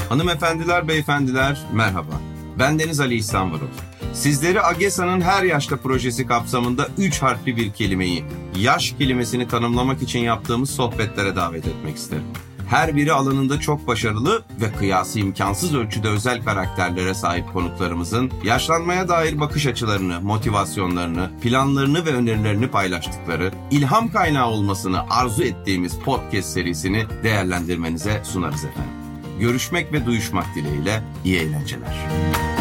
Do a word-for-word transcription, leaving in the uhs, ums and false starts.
Hanımefendiler, beyefendiler, merhaba. Ben Deniz Ali İhsan Varol. Sizleri AGESA'nın Her Yaşta projesi kapsamında üç harfli bir kelimeyi, yaş kelimesini tanımlamak için yaptığımız sohbetlere davet etmek isterim. Her biri alanında çok başarılı ve kıyası imkansız ölçüde özel karakterlere sahip konuklarımızın yaşlanmaya dair bakış açılarını, motivasyonlarını, planlarını ve önerilerini paylaştıkları, ilham kaynağı olmasını arzu ettiğimiz podcast serisini değerlendirmenize sunarız efendim. Görüşmek ve duyuşmak dileğiyle iyi eğlenceler.